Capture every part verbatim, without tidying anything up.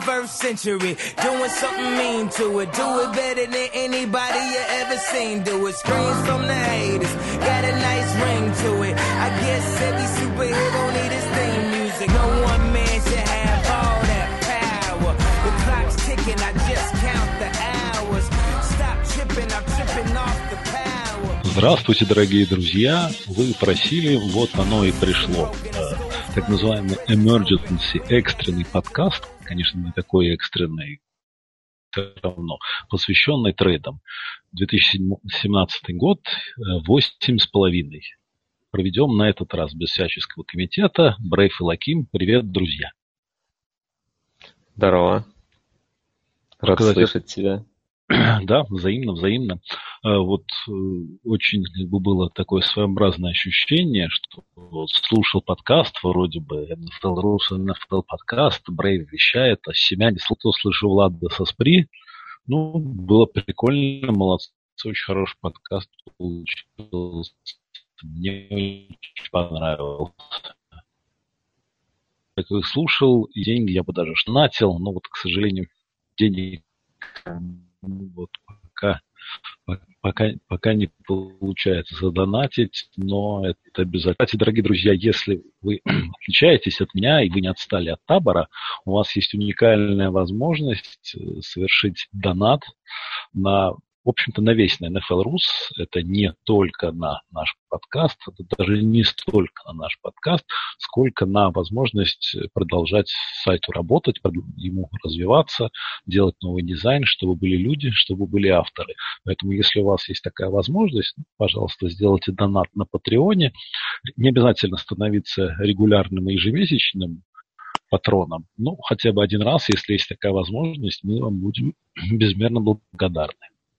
twenty-first century, doing something mean to it. Do it better than anybody you ever seen. Do it. Screams from the haters, got a nice ring to it. I guess every superhero need his theme music. No one man should have all that power. The clock's ticking, I just count the hours. Stop tripping, I'm tripping off the power. Здравствуйте, дорогие друзья! Вы просили, вот оно и пришло. Так называемый emergency, экстренный подкаст, конечно, не такой экстренный, все равно, посвященный трейдам. две тысячи семнадцатый год, восемь с половиной. Проведем на этот раз без всяческого комитета. Брейв и Лаким, привет, друзья. Здорово. Рад Сказать, слышать тебя. Да, взаимно, взаимно. Вот очень как бы было такое своеобразное ощущение, что вот слушал подкаст, вроде бы эн эф эл.рус, эн эф эл подкаст, Брейв вещает, а себя не слышал, слышу Влада со Спри. Ну, было прикольно, молодцы, очень хороший подкаст получился. Мне очень понравился. Как их слушал, и деньги я бы даже шнатил, но вот, к сожалению, денег вот пока, пока, пока не получается задонатить, но это обязательно. Кстати, дорогие друзья, если вы отличаетесь от меня и вы не отстали от табора, у вас есть уникальная возможность совершить донат на, в общем-то, на весь на эн эф эл.рус. Это не только на наш подкаст, это даже не столько на наш подкаст, сколько на возможность продолжать сайту работать, ему развиваться, делать новый дизайн, чтобы были люди, чтобы были авторы. Поэтому, если у вас есть такая возможность, пожалуйста, сделайте донат на Патреоне. Не обязательно становиться регулярным и ежемесячным патроном, ну, хотя бы один раз, если есть такая возможность, мы вам будем безмерно благодарны.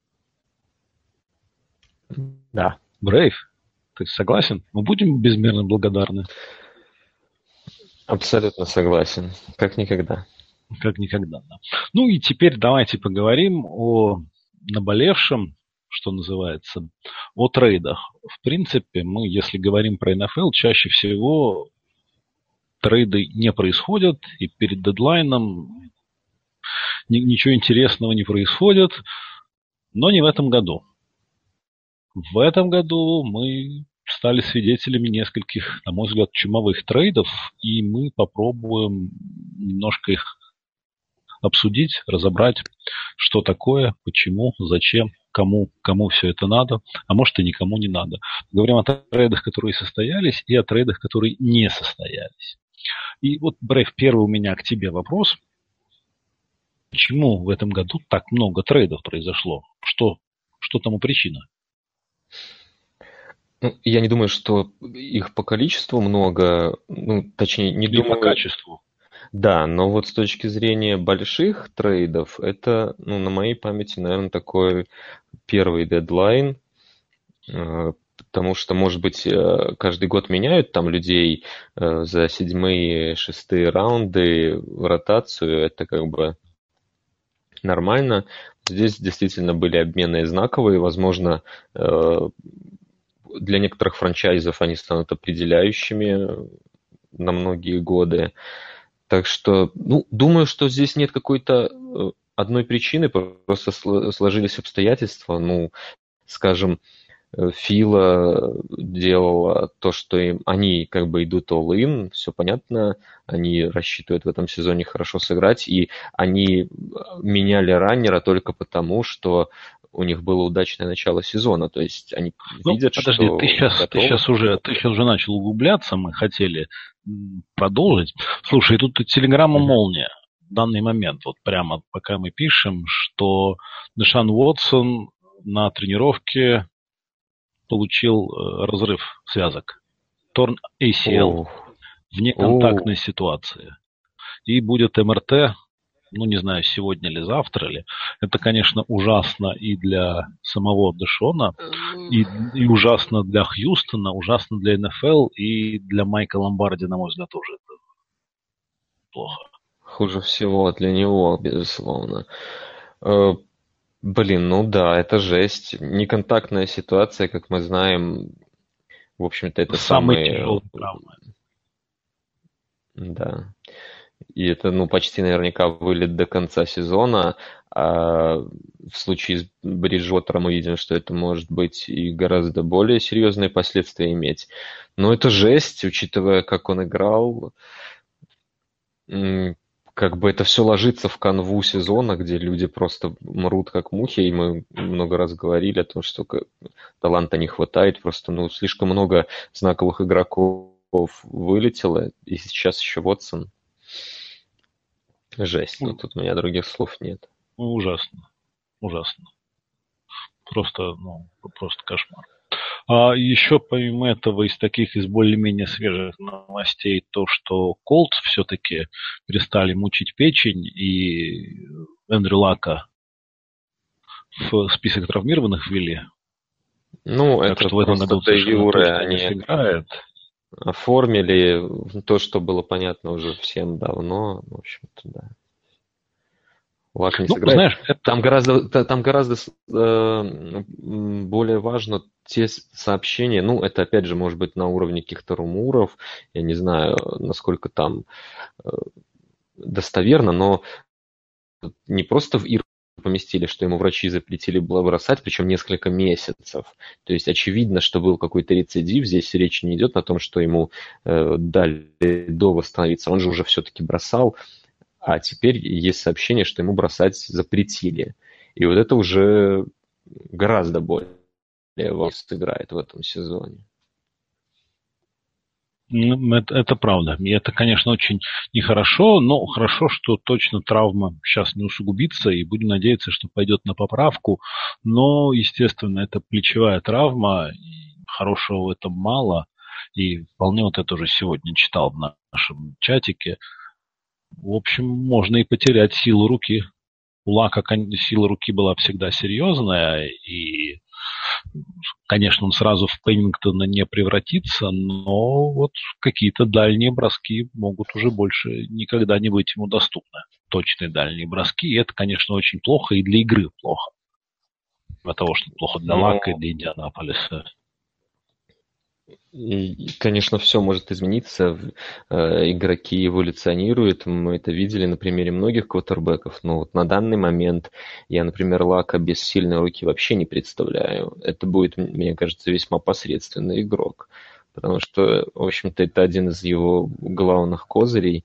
Да. Брейв, ты согласен? Мы будем безмерно благодарны? Абсолютно согласен. Как никогда. Как никогда, да. Ну и теперь давайте поговорим о наболевшем, что называется, о трейдах. В принципе, мы, если говорим про эн эф эл, чаще всего трейды не происходят, и перед дедлайном ничего интересного не происходит, но не в этом году. В этом году мы стали свидетелями нескольких, на мой взгляд, чумовых трейдов, и мы попробуем немножко их обсудить, разобрать, что такое, почему, зачем, кому, кому все это надо, а может и никому не надо. Говорим о трейдах, которые состоялись, и о трейдах, которые не состоялись. И вот, Брейв, первый у меня к тебе вопрос. Почему в этом году так много трейдов произошло? Что, что тому причина? Ну, я не думаю, что их по количеству много, ну, точнее, не Или думаю... по качеству. Да, но вот с точки зрения больших трейдов, это, ну, на моей памяти, наверное, такой первый дедлайн, потому что, может быть, каждый год меняют там людей за седьмые, шестые раунды в ротацию, это как бы нормально. Здесь действительно были обмены знаковые, возможно, для некоторых франчайзов они станут определяющими на многие годы. Так что, ну, думаю, что здесь нет какой-то одной причины, просто сложились обстоятельства. Ну, скажем, Фила делала то, что им, они как бы идут all-in, все понятно, они рассчитывают в этом сезоне хорошо сыграть, и они меняли раннера только потому, что у них было удачное начало сезона, то есть они ну, видят, подожди, что... ты сейчас, ты, сейчас уже, ты сейчас уже начал углубляться, мы хотели продолжить. Слушай, тут телеграмма молния в данный момент, вот прямо пока мы пишем, что Дешан Уотсон на тренировке получил э, разрыв связок. Торн эй си эл oh. в неконтактной oh. ситуации. И будет эм эр тэ, ну, не знаю, сегодня или завтра ли. Это, конечно, ужасно и для самого Дэшона, и, и ужасно для Хьюстона, ужасно для эн эф эл, и для Майка Ломбарди, на мой взгляд, тоже это плохо. Хуже всего для него, безусловно. Э, блин, ну да, это жесть. Неконтактная ситуация, как мы знаем, в общем-то, это самый самые... тяжелый травмы. Да. и это, ну, почти наверняка вылет до конца сезона. А в случае с Бриджуотером мы видим, что это может быть и гораздо более серьезные последствия иметь. Но это жесть, учитывая, как он играл. Как бы это все ложится в канву сезона, где люди просто мрут как мухи, и мы много раз говорили о том, что таланта не хватает, просто ну, слишком много знаковых игроков вылетело, и сейчас еще Вотсон. Жесть, ну тут у меня других слов нет. Ну, ужасно, ужасно. Просто, ну, просто кошмар. А еще помимо этого, из таких, из более-менее свежих новостей, то, что Колтс все-таки перестали мучить печень, и Эндрю Лака в список травмированных ввели. Ну, так это что в этом году Юры, они не сыграет. Оформили то, что было понятно уже всем давно. В общем-то, да. Лак не ну, сыграет. Знаешь, это... Там гораздо, там гораздо э, более важно те сообщения. Ну, это опять же может быть на уровне каких-то румуров. Я не знаю, насколько там э, достоверно, но не просто в ИР поместили, что ему врачи запретили было бросать, причем несколько месяцев. То есть очевидно, что был какой-то рецидив. Здесь речь не идет о том, что ему э, дали до восстановиться. Он же уже все-таки бросал. А теперь есть сообщение, что ему бросать запретили. И вот это уже гораздо более важно сыграет в этом сезоне. Это, это правда. И это, конечно, очень нехорошо, но хорошо, что точно травма сейчас не усугубится, и будем надеяться, что пойдет на поправку. Но, естественно, это плечевая травма, и хорошего в этом мало. И вполне вот это уже сегодня читал в нашем чатике. В общем, можно и потерять силу руки. У Лака сила руки была всегда серьезная, и, конечно, он сразу в Пеннингтона не превратится, но вот какие-то дальние броски могут уже больше никогда не быть ему доступны. Точные дальние броски, и это, конечно, очень плохо, и для игры плохо. Для того, что плохо для но... Лака и для Индианаполиса. И, конечно, все может измениться. Игроки эволюционируют. Мы это видели на примере многих квотербеков. Но вот на данный момент я, например, Лака без сильной руки вообще не представляю. Это будет, мне кажется, весьма посредственный игрок. Потому что, в общем-то, это один из его главных козырей.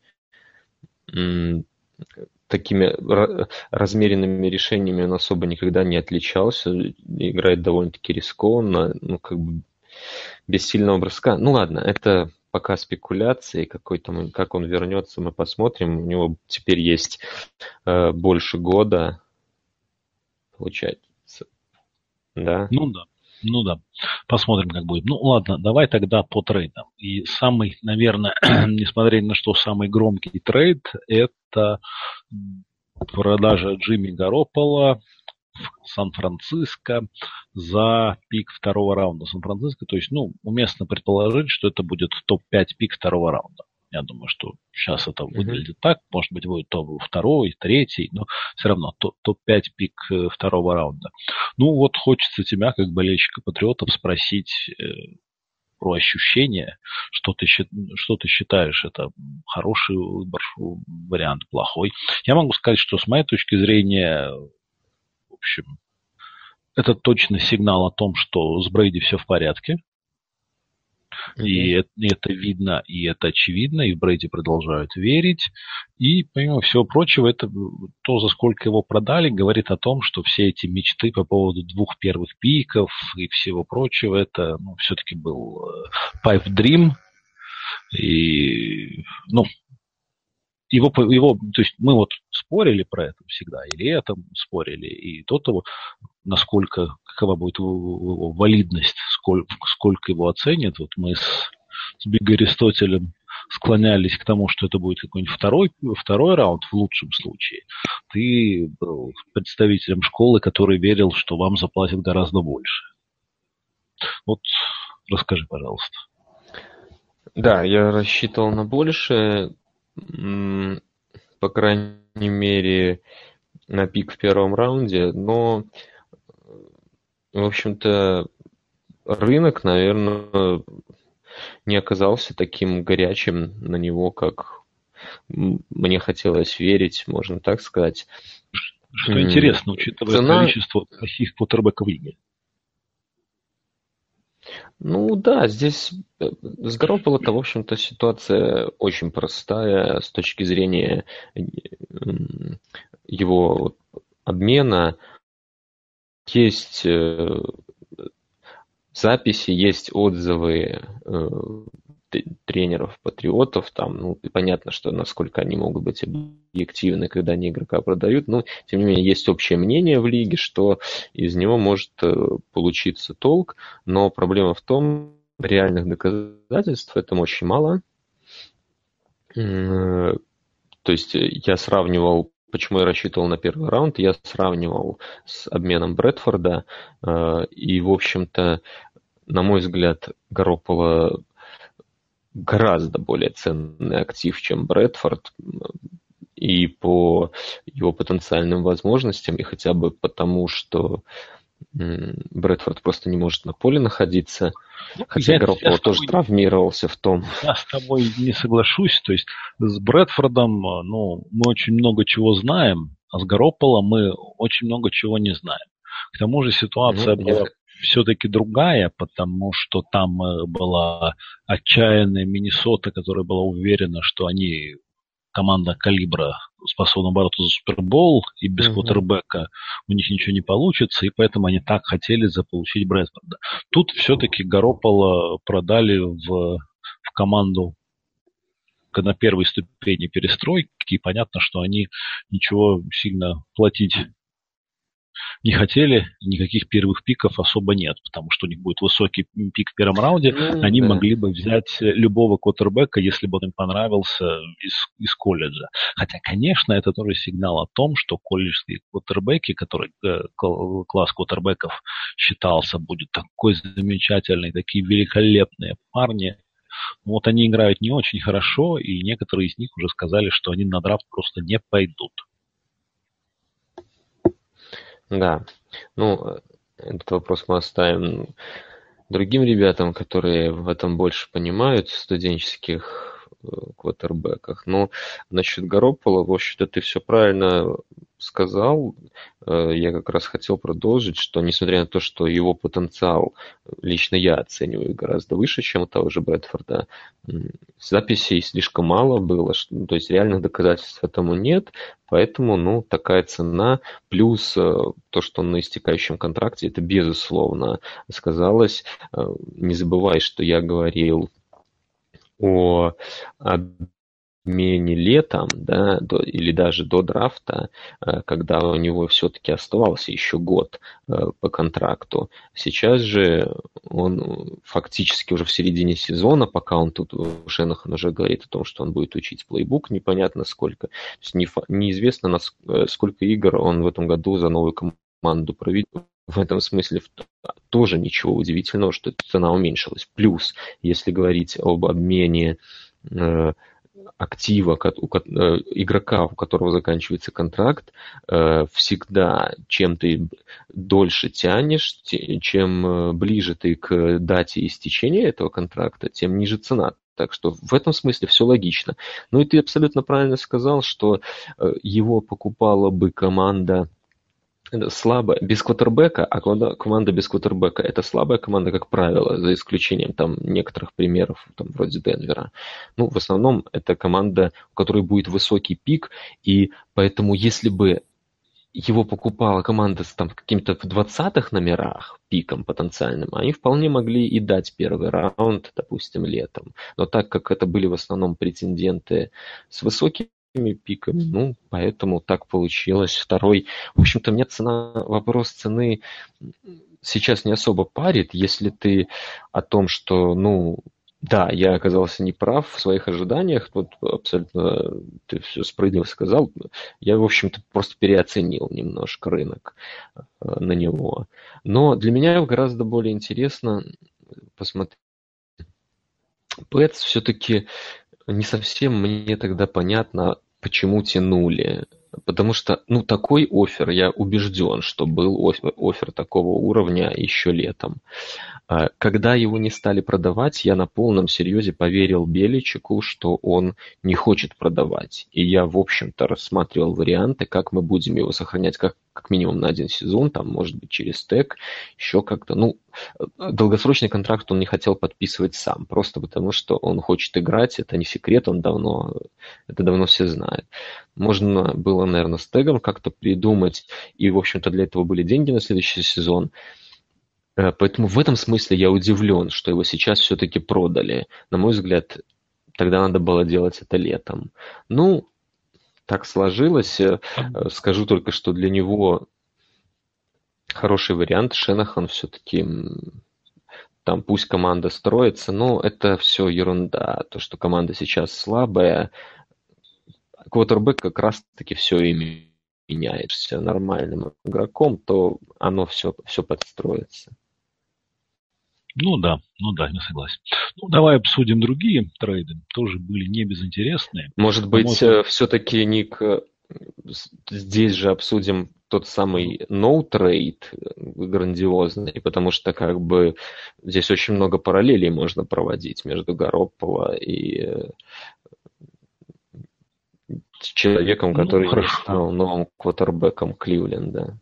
Такими размеренными решениями он особо никогда не отличался. Играет довольно-таки рискованно. Ну, как бы без сильного броска. Ну ладно, это пока спекуляции. Какой-то, как он вернется, мы посмотрим. У него теперь есть э, больше года, получается. Да? Ну да. Ну да. Посмотрим, как будет. Ну ладно, давай тогда по трейдам. И самый, наверное, несмотря ни на что, самый громкий трейд – это продажа Джимми Гаропполо в Сан-Франциско за пик второго раунда Сан-Франциско. То есть, ну, уместно предположить, что это будет топ пять пик второго раунда. Я думаю, что сейчас это выглядит mm-hmm. так. Может быть, будет топ второй, третий, но все равно топ пять пик второго раунда. Ну, вот хочется тебя, как болельщика Патриотов, спросить э, про ощущения. Что ты, что ты считаешь? Это хороший выбор, вариант, плохой? Я могу сказать, что с моей точки зрения, в общем, это точно сигнал о том, что с Брейди все в порядке. Mm-hmm. И это, это видно, и это очевидно, и в Брейди продолжают верить. И, помимо всего прочего, это то, за сколько его продали, говорит о том, что все эти мечты по поводу двух первых пиков и всего прочего, это ну, все-таки был pipe dream. И, ну, Его, его, то есть мы вот спорили про это всегда, и летом спорили, и до того, насколько, какова будет его валидность, сколько, сколько его оценят. Вот мы с, с Биг Аристотелем склонялись к тому, что это будет какой-нибудь второй, второй раунд в лучшем случае. Ты был представителем школы, который верил, что вам заплатят гораздо больше. Вот расскажи, пожалуйста. Да, я рассчитывал на больше. По крайней мере, на пик в первом раунде, но, в общем-то, рынок, наверное, не оказался таким горячим на него, как мне хотелось верить, можно так сказать. Что интересно, учитывая Цена... количество плохих квотербеков в лиге. Ну да, здесь с Гарополо-то, в общем-то, ситуация очень простая с точки зрения его обмена. Есть записи, есть отзывы тренеров Патриотов, там, ну, понятно, что насколько они могут быть объективны, когда они игрока продают, но, тем не менее, есть общее мнение в лиге, что из него может получиться толк, но проблема в том, реальных доказательств этому очень мало. То есть я сравнивал, почему я рассчитывал на первый раунд, я сравнивал с обменом Брэдфорда, и, в общем-то, на мой взгляд, Гарополо гораздо более ценный актив, чем Брэдфорд, и по его потенциальным возможностям, и хотя бы потому, что Брэдфорд просто не может на поле находиться, хотя Гарополо тоже тобой, травмировался в том. Я с тобой не соглашусь, то есть с Брэдфордом, ну, мы очень много чего знаем, а с Гарополо мы очень много чего не знаем. К тому же ситуация ну, была... Я... все-таки другая, потому что там была отчаянная Миннесота, которая была уверена, что они команда калибра способна бороться за Супербол, и без uh-huh. квотербека у них ничего не получится, и поэтому они так хотели заполучить Брэдфорда. Тут все-таки Гарополо продали в, в команду на первой ступени перестройки, и понятно, что они ничего сильно платить не хотели, никаких первых пиков особо нет, потому что у них будет высокий пик в первом раунде, mm-hmm. они могли бы взять любого квотербека, если бы он им понравился из, из колледжа. Хотя, конечно, это тоже сигнал о том, что колледжские квотербеки, который э, класс квотербеков считался, будет такой замечательный, такие великолепные парни. Вот они играют не очень хорошо, и некоторые из них уже сказали, что они на драфт просто не пойдут. Да, ну, этот вопрос мы оставим другим ребятам, которые в этом больше понимают, в студенческих квотербеках. Но насчет Гарополо, в общем-то, ты все правильно сказал. Я как раз хотел продолжить, что несмотря на то, что его потенциал лично я оцениваю гораздо выше, чем у того же Брэдфорда, записей слишком мало было, что, то есть реальных доказательств этому нет, поэтому, ну, такая цена, плюс то, что он на истекающем контракте, это безусловно сказалось. Не забывай, что я говорил о обмене летом, да, до, или даже до драфта, когда у него все-таки оставался еще год по контракту. Сейчас же он фактически уже в середине сезона, пока он тут, Шенахан уже говорит о том, что он будет учить плейбук, непонятно сколько. То есть не, неизвестно, сколько игр он в этом году за новую команду проведет. В этом смысле тоже ничего удивительного, что цена уменьшилась. Плюс, если говорить об обмене э, актива, у, э, игрока, у которого заканчивается контракт, э, всегда чем ты дольше тянешь, те, чем ближе ты к дате истечения этого контракта, тем ниже цена. Так что в этом смысле все логично. Ну и ты абсолютно правильно сказал, что э, его покупала бы команда слабая, без квотербека, а команда без квотербека это слабая команда, как правило, за исключением там некоторых примеров, там, вроде Денвера. Ну, в основном это команда, у которой будет высокий пик, и поэтому если бы его покупала команда с там какими-то в двадцатых номерах пиком потенциальным, они вполне могли и дать первый раунд, допустим, летом. Но так как это были в основном претенденты с высоким пиками, ну, поэтому так получилось. Второй, в общем-то, мне цена, вопрос цены сейчас не особо парит, если ты о том, что, ну, да, я оказался неправ в своих ожиданиях, вот абсолютно ты все справедливо сказал, я, в общем-то, просто переоценил немножко рынок на него. Но для меня гораздо более интересно посмотреть. Пэтс все-таки не совсем мне тогда понятно, почему тянули. Потому что, ну, такой оффер, я убежден, что был оффер, оффер такого уровня еще летом. Когда его не стали продавать, я на полном серьезе поверил Беличику, что он не хочет продавать. И я, в общем-то, рассматривал варианты, как мы будем его сохранять как, как минимум на один сезон, там, может быть, через ТЭК, еще как-то. Ну, долгосрочный контракт он не хотел подписывать сам, просто потому что он хочет играть, это не секрет, он давно, это давно все знают. Можно было, наверное, с Тегом как-то придумать, и, в общем-то, для этого были деньги на следующий сезон. Поэтому в этом смысле я удивлен, что его сейчас все-таки продали. На мой взгляд, тогда надо было делать это летом. Ну, так сложилось. Скажу только, что для него хороший вариант. Шенахан все-таки, там пусть команда строится, но это все ерунда. То, что команда сейчас слабая, квотербэк как раз-таки все ими меняешься нормальным игроком, то оно все, все подстроится. Ну да, ну да, не согласен. Ну, давай обсудим другие трейды, тоже были не безинтересные. Может быть, мой... все-таки, Ник, здесь же обсудим тот самый no trade грандиозный, потому что как бы здесь очень много параллелей можно проводить между Гаропполо и человеком, который ну, стал новым квотербеком Кливленда.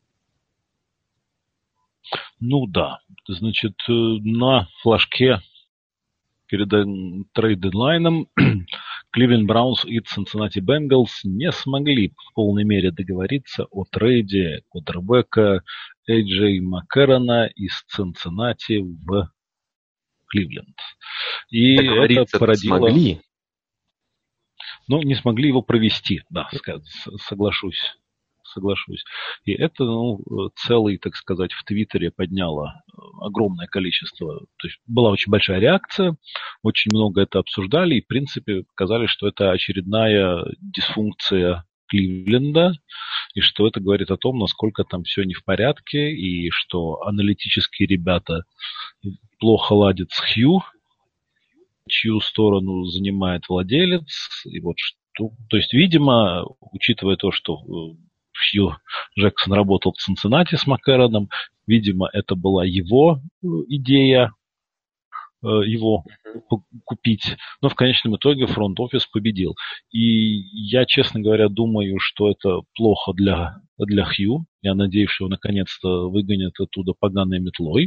Ну да, значит, на флажке перед трейд-дедлайном Кливленд Браунс и Cincinnati Bengals не смогли в полной мере договориться о трейде квотербека Эй Джей Маккерона из Цинциннати в Кливленд. И это породило... смогли. Но не смогли его провести, да, соглашусь. Соглашусь. И это ну, целый, так сказать, в Твиттере подняло огромное количество. То есть была очень большая реакция, очень много это обсуждали, и, в принципе, показали, что это очередная дисфункция Кливленда, и что это говорит о том, насколько там все не в порядке, и что аналитические ребята плохо ладят с Хью, чью сторону занимает владелец. И вот что, то есть, видимо, учитывая то, что Хью Джексон работал в Цинциннати с Маккероном, видимо, это была его идея, его купить. Но в конечном итоге фронт-офис победил. И я, честно говоря, думаю, что это плохо для, для Хью. Я надеюсь, что его наконец-то выгонят оттуда поганой метлой.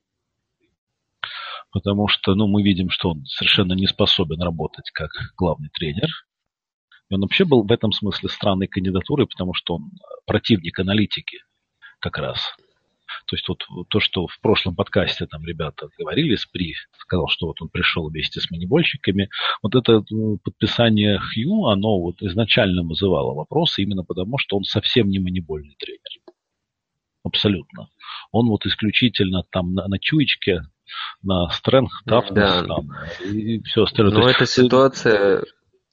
Потому что ну, мы видим, что он совершенно не способен работать как главный тренер. И он вообще был в этом смысле странной кандидатурой, потому что он противник аналитики как раз. То есть вот то, что в прошлом подкасте там ребята говорили, Спри сказал, что вот он пришел вместе с манибольщиками. Вот это подписание Хью, оно вот изначально вызывало вопросы, именно потому, что он совсем не манибольный тренер. Абсолютно. Он вот исключительно там на, на чуечке, на strength, toughness, да. там, и все остальное. Но эта ситуация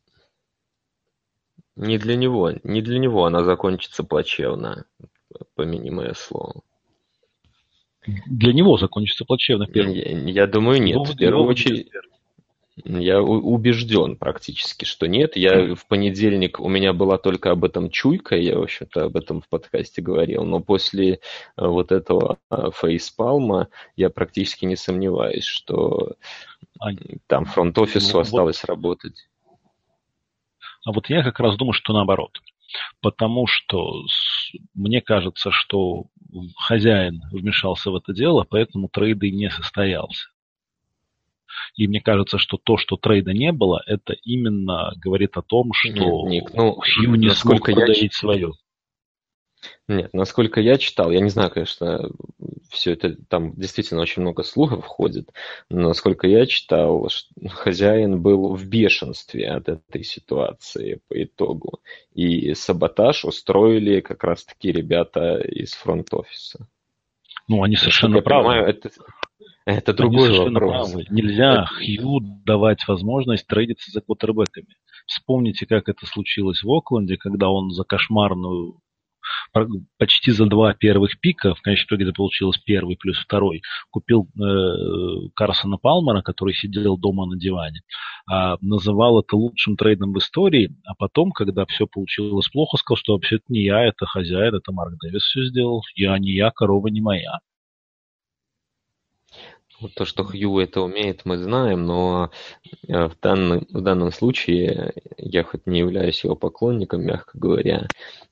не для него, не для него она закончится плачевно, помяни мое слово. Для него закончится плачевно. Я, я думаю, нет. В первую очередь, я убежден практически, что нет. Я в понедельник, у меня была только об этом чуйка, я, в общем-то, об этом в подкасте говорил, но после вот этого фейспалма я практически не сомневаюсь, что а, там фронт-офису ну, осталось вот, работать. А вот я как раз думаю, что наоборот. Потому что мне кажется, что хозяин вмешался в это дело, поэтому трейд и не состоялся. И мне кажется, что то, что трейда не было, это именно говорит о том, что Нет, Ник, ну, Хью не смог продавить я... свое. Нет, насколько я читал, я не знаю, конечно, все это, там действительно очень много слухов входит, но насколько я читал, хозяин был в бешенстве от этой ситуации по итогу. И саботаж устроили как раз-таки ребята из фронт-офиса. Ну, они совершенно я правы. Понимаю, это, это другой вопрос. Правы. Нельзя это... Хью давать возможность трейдиться за квотербеками. Вспомните, как это случилось в Окленде, когда он за кошмарную почти за два первых пика, в конечном итоге это получилось первый плюс второй, купил э, Карсона Палмера, который сидел дома на диване, а называл это лучшим трейдом в истории, а потом, когда все получилось плохо, сказал, что вообще это не я, это хозяин, это Марк Дэвис все сделал, я не я, корова не моя. Вот то, что Хью это умеет, мы знаем, но э, в данном, в данном случае я хоть не являюсь его поклонником, мягко говоря,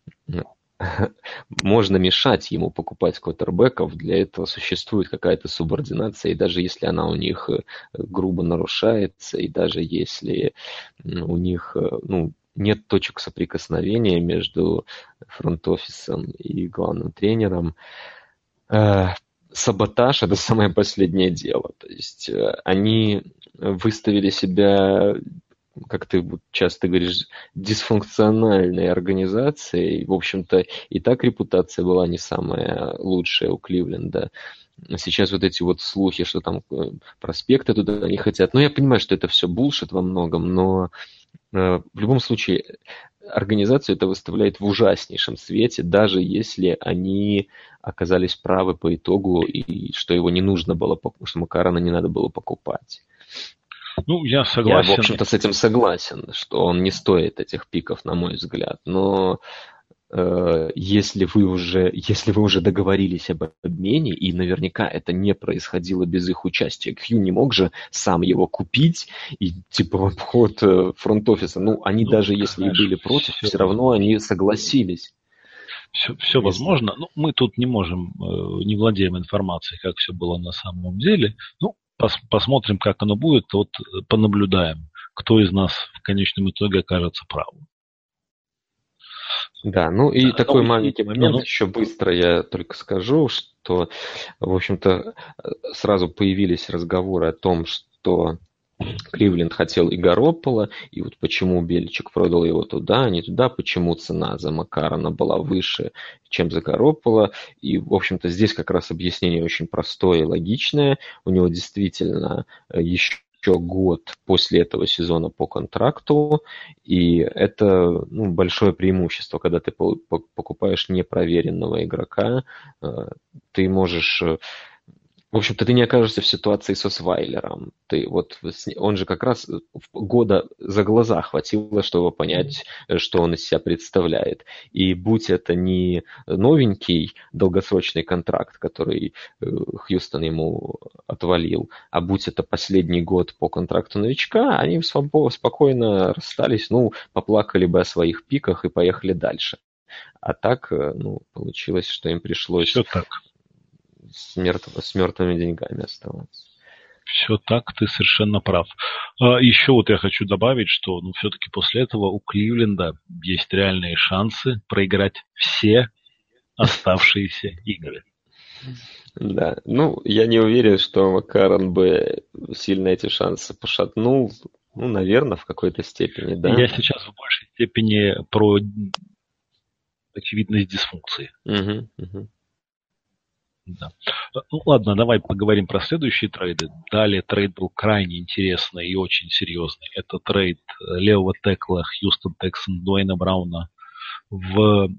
можно мешать ему покупать квотербеков, для этого существует какая-то субординация, и даже если она у них э, грубо нарушается, и даже если м, у них э, ну, нет точек соприкосновения между фронт-офисом и главным тренером, э, саботаж – это самое последнее дело. То есть э, они выставили себя, как ты часто говоришь, дисфункциональной организацией. В общем-то, и так репутация была не самая лучшая у Кливленда. Сейчас вот эти вот слухи, что там э, проспекты туда не хотят. Ну, я понимаю, что это все булшит во многом, но э, в любом случае организацию это выставляет в ужаснейшем свете, даже если они оказались правы по итогу, и что его не нужно было, что Макарона не надо было покупать. Ну, я согласен. Я, в общем-то, с этим согласен, что он не стоит этих пиков, на мой взгляд. Но э, если вы уже, если вы уже договорились об обмене, и наверняка это не происходило без их участия, Хью не мог же сам его купить и типа в обход э, фронт-офиса. Ну, они ну, даже если знаешь, и были против, все, все равно они согласились. Все, все возможно. Ну, мы тут не можем, э, не владеем информацией, как все было на самом деле. Ну, пос, посмотрим, как оно будет, вот понаблюдаем, кто из нас в конечном итоге окажется правым. Да, ну и да, такой ну, маленький момент, ну, еще быстро я только скажу, что, в общем-то, сразу появились разговоры о том, что Кливленд хотел и Гаропполо, и вот почему Беличек продал его туда, а не туда, почему цена за Макарона была выше, чем за Гаропполо. И, в общем-то, здесь как раз объяснение очень простое и логичное. У него действительно еще год после этого сезона по контракту, и это ну, большое преимущество, когда ты покупаешь непроверенного игрока, ты можешь... В общем-то, ты не окажешься в ситуации со Свайлером. Ты, вот, он же как раз года за глаза хватило, чтобы понять, что он из себя представляет. И будь это не новенький долгосрочный контракт, который Хьюстон ему отвалил, а будь это последний год по контракту новичка, они спокойно расстались, ну, поплакали бы о своих пиках и поехали дальше. А так, ну, получилось, что им пришлось... Все так. С, мертв... с мертвыми деньгами оставаться. Все так, ты совершенно прав. А еще вот я хочу добавить, что ну, все-таки после этого у Кливленда есть реальные шансы проиграть все оставшиеся игры. Да, ну, я не уверен, что Макарон бы сильно эти шансы пошатнул. Ну, наверное, в какой-то степени, да. Я сейчас в большей степени про очевидность дисфункции. Угу, угу. Да. Ну ладно, давай поговорим про следующие трейды. Далее трейд был крайне интересный и очень серьезный. Это трейд левого текла Хьюстон Тексан Дуэйна Брауна в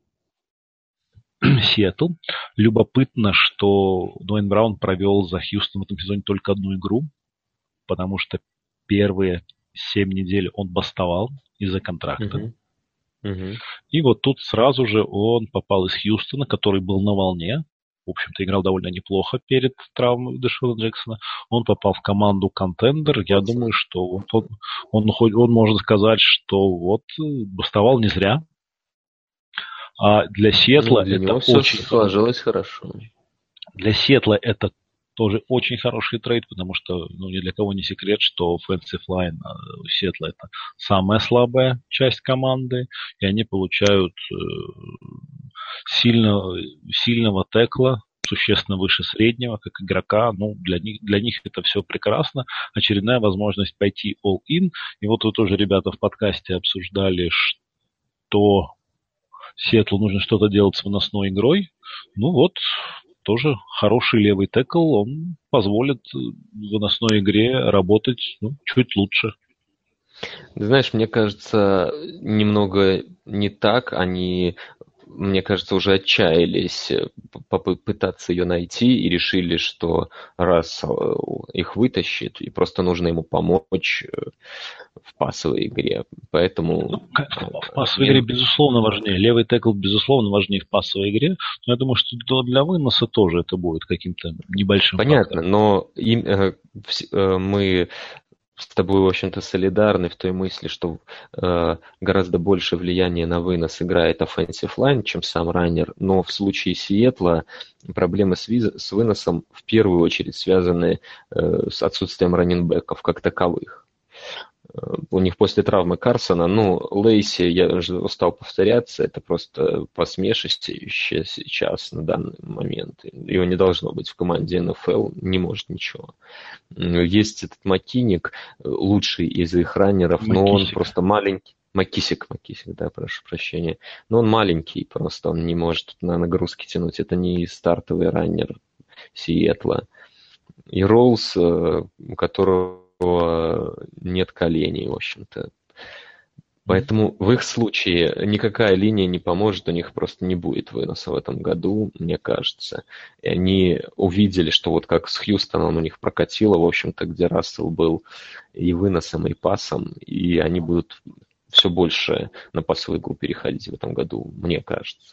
Сиэтл. Любопытно, что Дуэйн Браун провел за Хьюстон в этом сезоне только одну игру, потому что первые семь недель он бастовал из-за контракта. Uh-huh. Uh-huh. И вот тут сразу же он попал из Хьюстона, который был на волне. В общем-то, играл довольно неплохо перед травмой Дэшона Джексона. Он попал в команду контендер. Я думаю, что вот он, он, он, он может сказать, что вот бастовал не зря. А для Сиэтла ну, для это него очень сложилось хорошо. Для Сиэтла это тоже очень хороший трейд, потому что ну, ни для кого не секрет, что offensive line у Сиэтла это самая слабая часть команды, и они получают э, сильно, сильного текла, существенно выше среднего, как игрока. Ну, для них, для них это все прекрасно. Очередная возможность пойти all-in. И вот вы тоже, ребята, в подкасте обсуждали, что Сиэтлу нужно что-то делать с выносной игрой. Ну вот, тоже хороший левый текл, он позволит в выносной игре работать ну, чуть лучше. Знаешь, мне кажется, немного не так. Они мне кажется, уже отчаялись попытаться ее найти и решили, что раз их вытащит, и просто нужно ему помочь в пасовой игре. Поэтому... Ну, в пасовой игре, безусловно, важнее. Левый текл, безусловно, важнее в пасовой игре. Но я думаю, что для выноса тоже это будет каким-то небольшим Понятно, фактором. но им, э, э, мы с тобой, в общем-то, солидарны в той мысли, что э, гораздо больше влияния на вынос играет offensive line, чем сам раннер. Но в случае Сиэтла проблемы с, виз- с выносом в первую очередь связаны э, с отсутствием раннинбеков как таковых. У них после травмы Карсона, ну, Лейси, я уже устал повторяться, это просто посмешище сейчас на данный момент. Его не должно быть в команде эн эф эл, не может ничего. Есть этот Маккиник, лучший из их раннеров, Маккисик. Но он просто маленький. Маккисик, Маккисик, да, прошу прощения. Но он маленький, просто он не может на нагрузки тянуть. Это не стартовый раннер Сиэтла. И Роуз, у которого нет коленей, в общем-то. Поэтому в их случае никакая линия не поможет, у них просто не будет выноса в этом году, мне кажется. И они увидели, что вот как с Хьюстоном у них прокатило, в общем-то, где Рассел был и выносом, и пасом, и они будут все больше на пасовую игру переходить в этом году, мне кажется.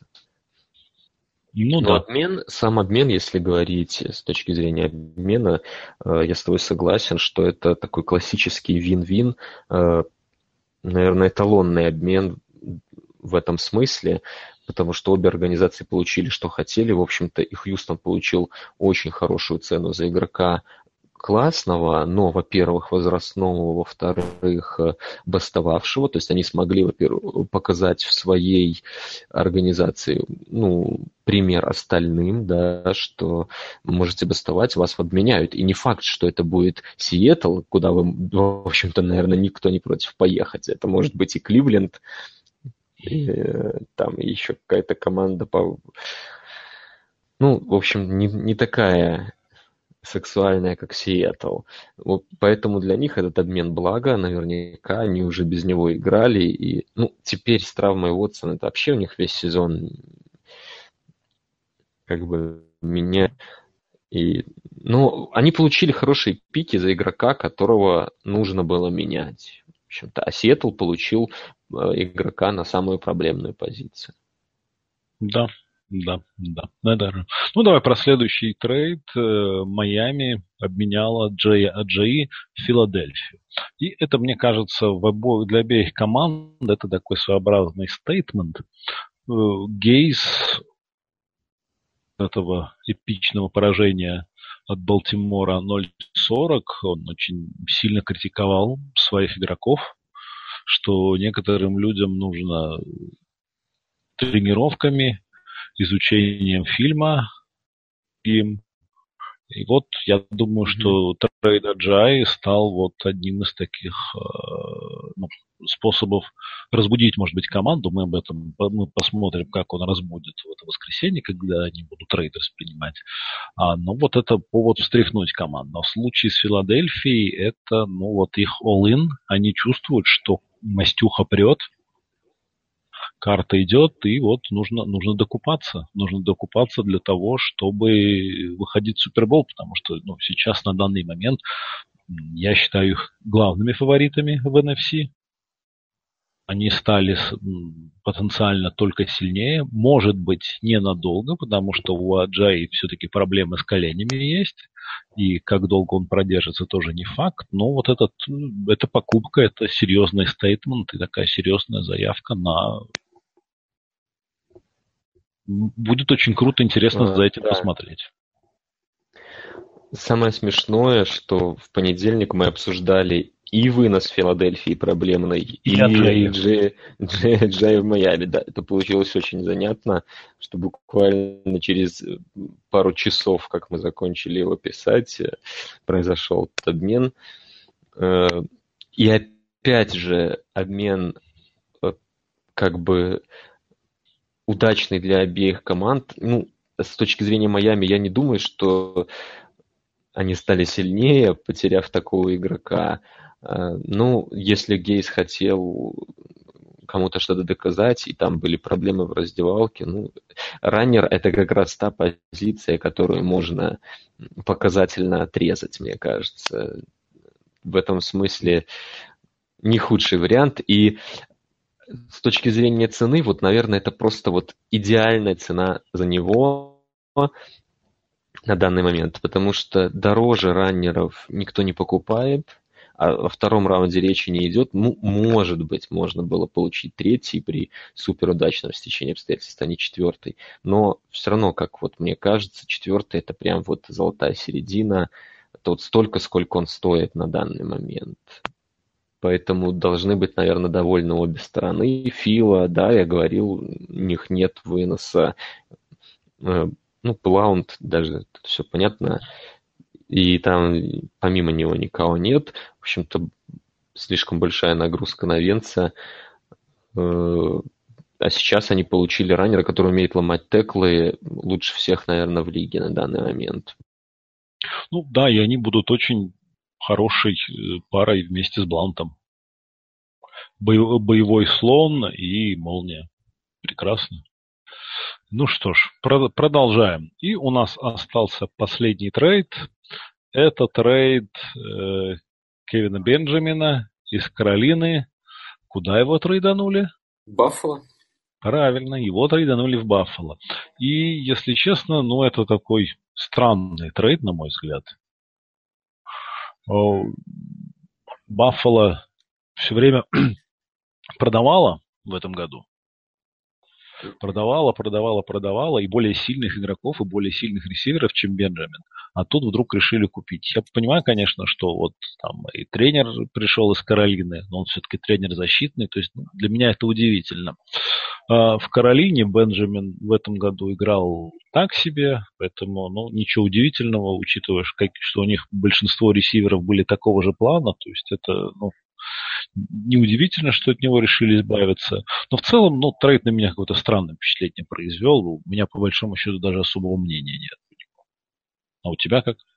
Ну, Но да. обмен, сам обмен, если говорить с точки зрения обмена, я с тобой согласен, что это такой классический вин-вин, наверное, эталонный обмен в этом смысле, потому что обе организации получили, что хотели. В общем-то, и Хьюстон получил очень хорошую цену за игрока классного, но, во-первых, возрастного, во-вторых, бастовавшего. То есть они смогли, во-первых, показать в своей организации, ну, пример остальным, да, что можете бастовать, вас обменяют. И не факт, что это будет Сиэтл, куда вы, в общем-то, наверное, никто не против поехать. Это может быть и Кливленд, и там еще какая-то команда по... Ну, в общем, не, не такая сексуальная, как Сиэтл. Вот поэтому для них этот обмен благо, наверняка они уже без него играли. И, ну, теперь с травмой Уотсона это вообще у них весь сезон как бы меня... И, ну, они получили хорошие пики за игрока, которого нужно было менять. В общем-то, а Сиэтл получил э, игрока на самую проблемную позицию. Да. Да, да, наверное. Ну, давай про следующий трейд. Майами обменяла Джей Аджаи в Филадельфию. И это, мне кажется, в обо... для обеих команд это такой своеобразный стейтмент. Гейс этого эпичного поражения от Балтимора ноль сорок, он очень сильно критиковал своих игроков, что некоторым людям нужно тренировками, изучением фильма. И, и вот я думаю, mm-hmm. что трейд Аджаи стал вот одним из таких э, ну, способов разбудить, может быть, команду. Мы об этом мы посмотрим, как он разбудит в это воскресенье, когда они будут трейдерс принимать. А, ну, вот это повод встряхнуть команду. Но в случае с Филадельфией это, ну, вот их all-in. Они чувствуют, что мастюха прет, карта идет, и вот нужно, нужно докупаться. Нужно докупаться для того, чтобы выходить в Супербол, потому что ну, сейчас, на данный момент, я считаю их главными фаворитами в эн эф си. Они стали потенциально только сильнее. Может быть, ненадолго, потому что у Аджаи все-таки проблемы с коленями есть. И как долго он продержится, тоже не факт. Но вот этот, эта покупка, это серьезный стейтмент и такая серьезная заявка на... Будет очень круто, интересно а, за этим да. посмотреть. Самое смешное, что в понедельник мы обсуждали и вынос Филадельфии проблемный, и, и Джей, Джей, Джей в Майами. Да, это получилось очень занятно, что буквально через пару часов, как мы закончили его писать, произошел этот обмен. И опять же, обмен как бы удачный для обеих команд. Ну, с точки зрения Майами, я не думаю, что они стали сильнее, потеряв такого игрока. Ну, если Гейс хотел кому-то что-то доказать, и там были проблемы в раздевалке. Ну, раннер – это как раз та позиция, которую можно показательно отрезать, мне кажется. В этом смысле не худший вариант. И с точки зрения цены, вот, наверное, это просто вот идеальная цена за него на данный момент, потому что дороже раннеров никто не покупает, а во втором раунде речи не идет. Ну, может быть, можно было получить третий при суперудачном стечении обстоятельств, а не четвертый. Но все равно, как вот мне кажется, четвертый – это прям вот золотая середина. Это вот столько, сколько он стоит на данный момент. Поэтому должны быть, наверное, довольны обе стороны. Фила, да, я говорил, у них нет выноса. Ну, Плаунт даже, тут все понятно. И там помимо него никого нет. В общем-то, слишком большая нагрузка на Венца. А сейчас они получили раннера, который умеет ломать теклы лучше всех, наверное, в лиге на данный момент. Ну да, и они будут очень хорошей парой вместе с Блаунтом. Бо- боевой слон и молния. Прекрасно. Ну что ж, про- продолжаем. И у нас остался последний трейд. Это трейд э, Кевина Бенджамина из Каролины. Куда его трейданули? Баффало. Правильно, его трейданули в Баффало. И, если честно, ну это такой странный трейд, на мой взгляд. Баффало все время продавала в этом году. Продавала, продавала, продавала, и более сильных игроков, и более сильных ресиверов, чем Бенджамин. А тут вдруг решили купить. Я понимаю, конечно, что вот там и тренер пришел из Каролины, но он все-таки тренер защитный, то есть для меня это удивительно. А в Каролине Бенджамин в этом году играл так себе, поэтому ну, ничего удивительного, учитывая, что у них большинство ресиверов были такого же плана, то есть это... Ну, неудивительно, что от него решили избавиться. Но в целом, ну, трейд на меня какое-то странное впечатление произвел. У меня, по большому счету, даже особого мнения нет. А у тебя как?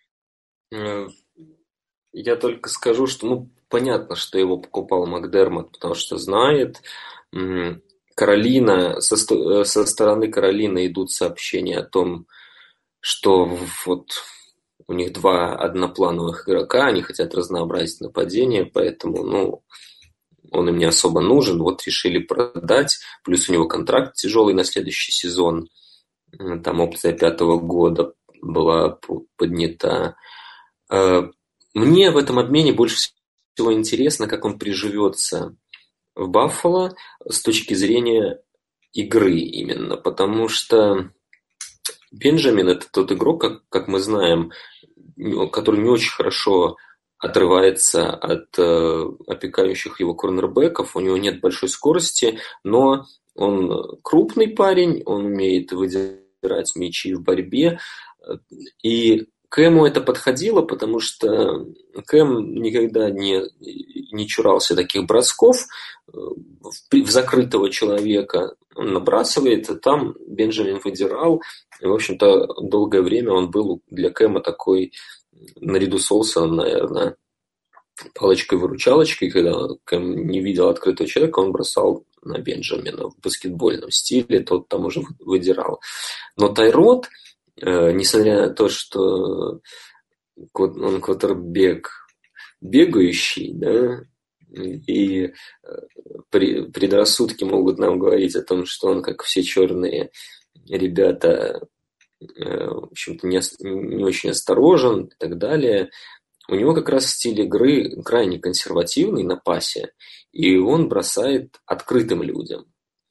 Я только скажу, что, ну, понятно, что его покупал Макдермот, потому что знает. Каролина, со, со стороны Каролины идут сообщения о том, что вот... У них два одноплановых игрока, они хотят разнообразить нападение, поэтому ну, он им не особо нужен. Вот решили продать. Плюс у него контракт тяжелый на следующий сезон. Там опция пятого года была поднята. Мне в этом обмене больше всего интересно, как он приживется в Баффало с точки зрения игры именно. Потому что Бенджамин – это тот игрок, как, как мы знаем, который не очень хорошо отрывается от э, опекающих его корнербэков. У него нет большой скорости, но он крупный парень, он умеет выдирать мячи в борьбе. И Кэму это подходило, потому что Кэм никогда не, не чурался таких бросков в, в закрытого человека. Он набрасывает, а там Бенджамин выдирал. И, в общем-то, долгое время он был для Кэма такой, наряду с Олсоном, наверное, палочкой-выручалочкой. Когда Кэм не видел открытого человека, он бросал на Бенджамина в баскетбольном стиле, тот там уже выдирал. Но Тайрод, несмотря на то, что он квотербек бегающий, да, и предрассудки могут нам говорить о том, что он, как все черные ребята, в общем-то, не, не очень осторожен и так далее. У него как раз стиль игры крайне консервативный на пасе, и он бросает открытым людям.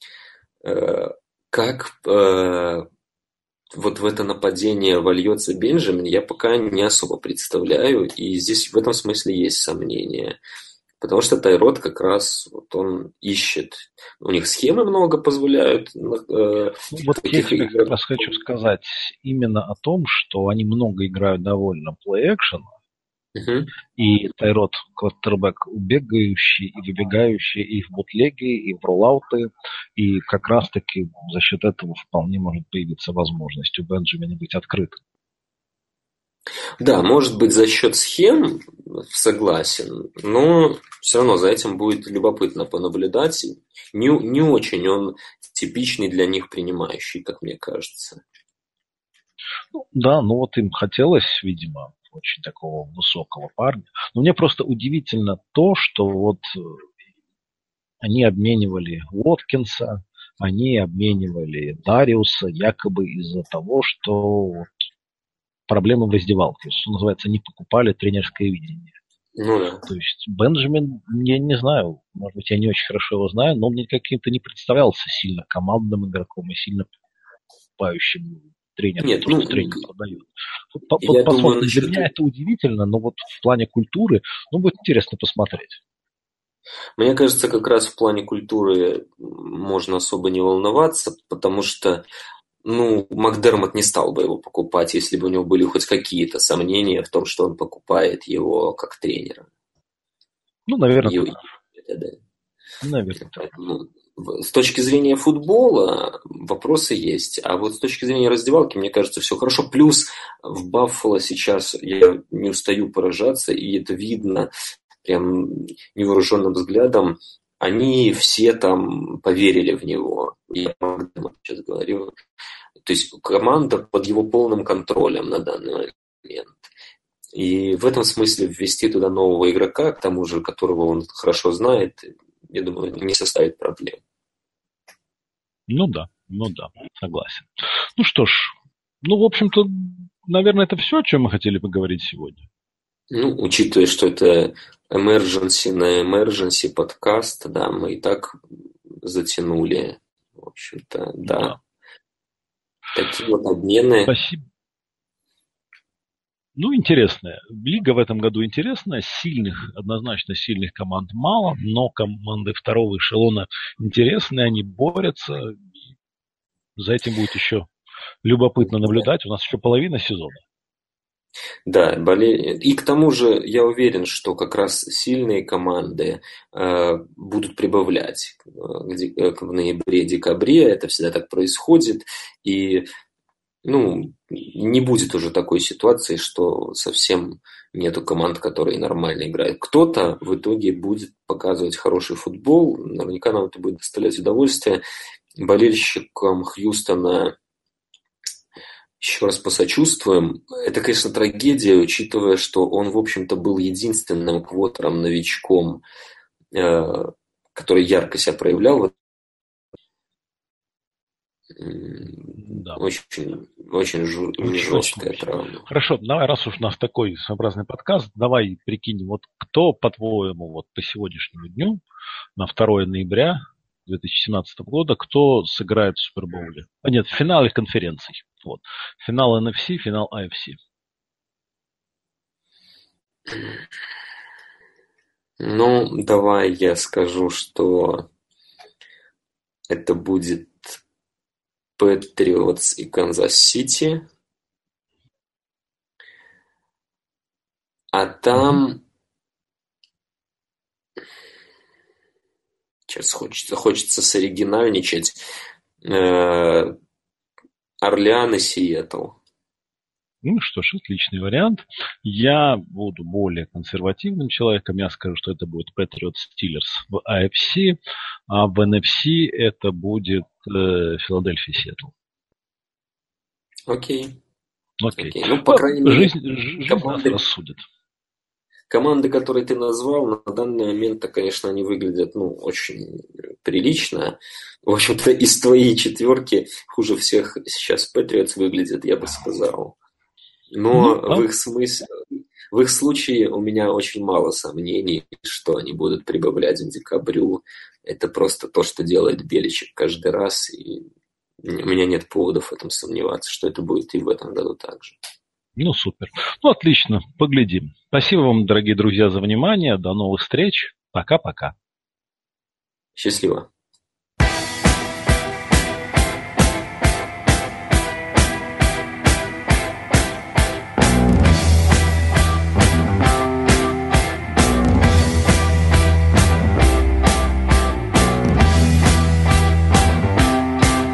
Как вот в это нападение вольется Бенджамин, я пока не особо представляю, и здесь в этом смысле есть сомнения. Потому что Тайрод как раз вот он ищет. У них схемы много позволяют. Э, вот я тебе играх. Как раз хочу сказать именно о том, что они много играют довольно плей-экшен. Uh-huh. И Тайрод квотербэк бегающий и выбегающий и в бутлеги, и в роллауты. И как раз-таки за счет этого вполне может появиться возможность у Бенджамина быть открытым. Да, может быть, за счет схем, согласен, но все равно за этим будет любопытно понаблюдать. Не, не очень он типичный для них принимающий, как мне кажется. Ну, да, ну вот им хотелось, видимо, очень такого высокого парня. Но мне просто удивительно то, что вот они обменивали Уоткинса, они обменивали Дариуса якобы из-за того, что вот проблемы в раздевалке. Что называется, не покупали тренерское видение. Ну да. То есть Бенджамин, я не знаю, может быть, я не очень хорошо его знаю, но мне каким-то не представлялся сильно командным игроком и сильно покупающим тренером, Нет, то, ну, что тренер продает. По, я по, думаю, для насчет... меня это удивительно, но вот в плане культуры, ну, будет интересно посмотреть. Мне кажется, как раз в плане культуры можно особо не волноваться, потому что, ну, Макдермот не стал бы его покупать, если бы у него были хоть какие-то сомнения в том, что он покупает его как тренера. Ну, наверное, Его... да. Да. Наверное. Поэтому, с точки зрения футбола вопросы есть, а вот с точки зрения раздевалки, мне кажется, все хорошо. Плюс в Баффало сейчас я не устаю поражаться, и это видно прям невооруженным взглядом. Они все там поверили в него. Я сейчас говорю. То есть команда под его полным контролем на данный момент. И в этом смысле ввести туда нового игрока, к тому же, которого он хорошо знает, я думаю, не составит проблем. Ну да, ну да, согласен. Ну что ж, ну, в общем-то, наверное, это все, о чем мы хотели поговорить сегодня. Ну, учитывая, что это emergency на emergency подкаст, да, мы и так затянули. В общем-то, да. да. Такие вот обмены. Спасибо. Ну, интересная. Лига в этом году интересная. Сильных, однозначно сильных команд мало, но команды второго эшелона интересные, они борются. За этим будет еще любопытно наблюдать. У нас еще половина сезона. Да, боле... и к тому же я уверен, что как раз сильные команды э, будут прибавлять где, в ноябре-декабре. Это всегда так происходит. И ну, не будет уже такой ситуации, что совсем нету команд, которые нормально играют. Кто-то в итоге будет показывать хороший футбол. Наверняка нам это будет доставлять удовольствие. Болельщикам Хьюстона еще раз посочувствуем. Это, конечно, трагедия, учитывая, что он, в общем-то, был единственным квотером-новичком, который ярко себя проявлял. Да. Очень, очень, жу- очень жесткая травма. Хорошо, давай, раз уж у нас такой своеобразный подкаст, давай прикинем, вот кто, по-твоему, вот по сегодняшнему дню, на второе ноября две тысячи семнадцатого года, кто сыграет в Супербоуле? А нет, в финале конференций. Вот. Финал эн эф си, финал эй эф си. Ну, давай я скажу, что это будет Патриотс и Канзас-Сити. А там... Сейчас хочется, хочется соригинальничать. Орлеан и Сиэтл. Ну что ж, отличный вариант. Я буду более консервативным человеком. Я скажу, что это будет Patriots Steelers в эй эф си, а в эн эф си это будет Филадельфия Сиэтл. Окей. Окей. Окей. Ну, по крайней мере, жизнь, жизнь команды... нас рассудит. Команды, которые ты назвал, на данный момент, конечно, они выглядят, ну, очень прилично. В общем-то, из твоей четверки хуже всех сейчас Patriots выглядят, я бы сказал. Но ну, в их смысле, в их случае у меня очень мало сомнений, что они будут прибавлять к декабрю. Это просто то, что делает Беличек каждый раз, и у меня нет поводов в этом сомневаться, что это будет и в этом году также. Ну, супер. Ну, отлично. Поглядим. Спасибо вам, дорогие друзья, за внимание. До новых встреч. Пока-пока. Счастливо.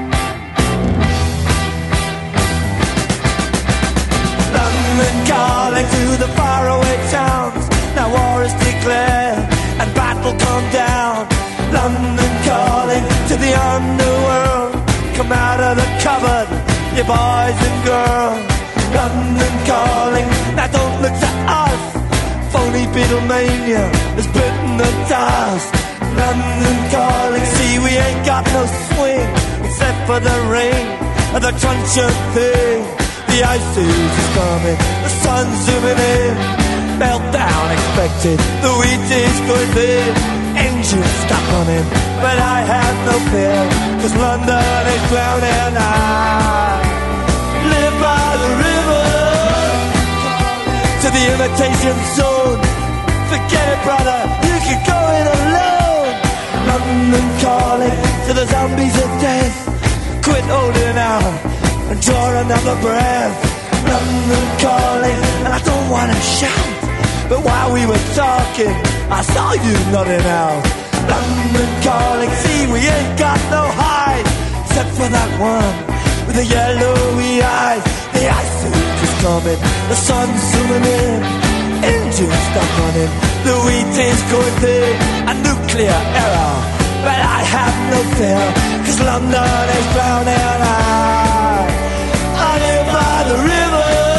God the faraway towns. Now war is declared and battle come down. London calling to the underworld. Come out of the cupboard, you boys and girls. London calling, now don't look to us. Phony Beatlemania has bitten the dust. London calling, see we ain't got no swing except for the rain and the truncheon thing. The ice age is coming, the sun's zooming in. Meltdown expected, the wheat is going thin. Engines stop running, but I have no fear, cause London is drowning. I live by the river to the imitation zone. Forget it, brother, you can go it alone. London calling to the zombies of death. Quit holding out and draw another breath. London calling, and I don't wanna shout, but while we were talking, I saw you nodding out. London calling, see we ain't got no hide, except for that one with the yellowy eyes. The ice age is coming, the sun's zooming in. Engines stop running, the wheat is going thin. A nuclear error, but I have no fear, cause London is drowning. I, I live by the river.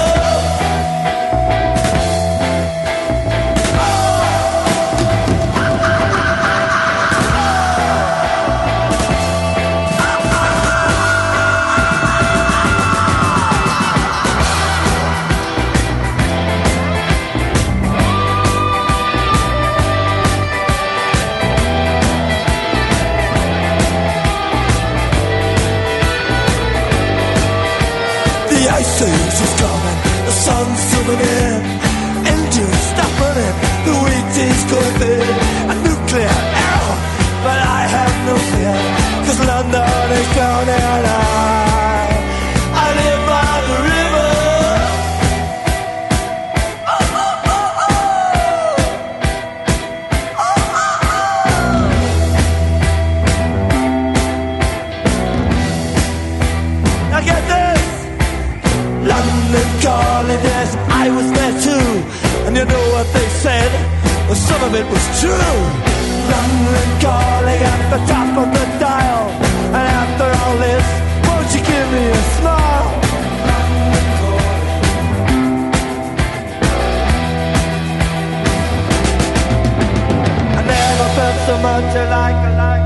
The ice age is coming, the sun's zooming in. Engines stop running, the wheat is going thin. A nuclear error, but I have no fear, cause London is drowning. I, I live by the river. Oh, oh, oh, oh. Oh, oh, oh. Now get this. London calling, yes, I was there too. And you know what they said? Well, some of it was true. London calling at the top of the dial. And after all this, won't you give me a smile? London calling. I never felt so much like, like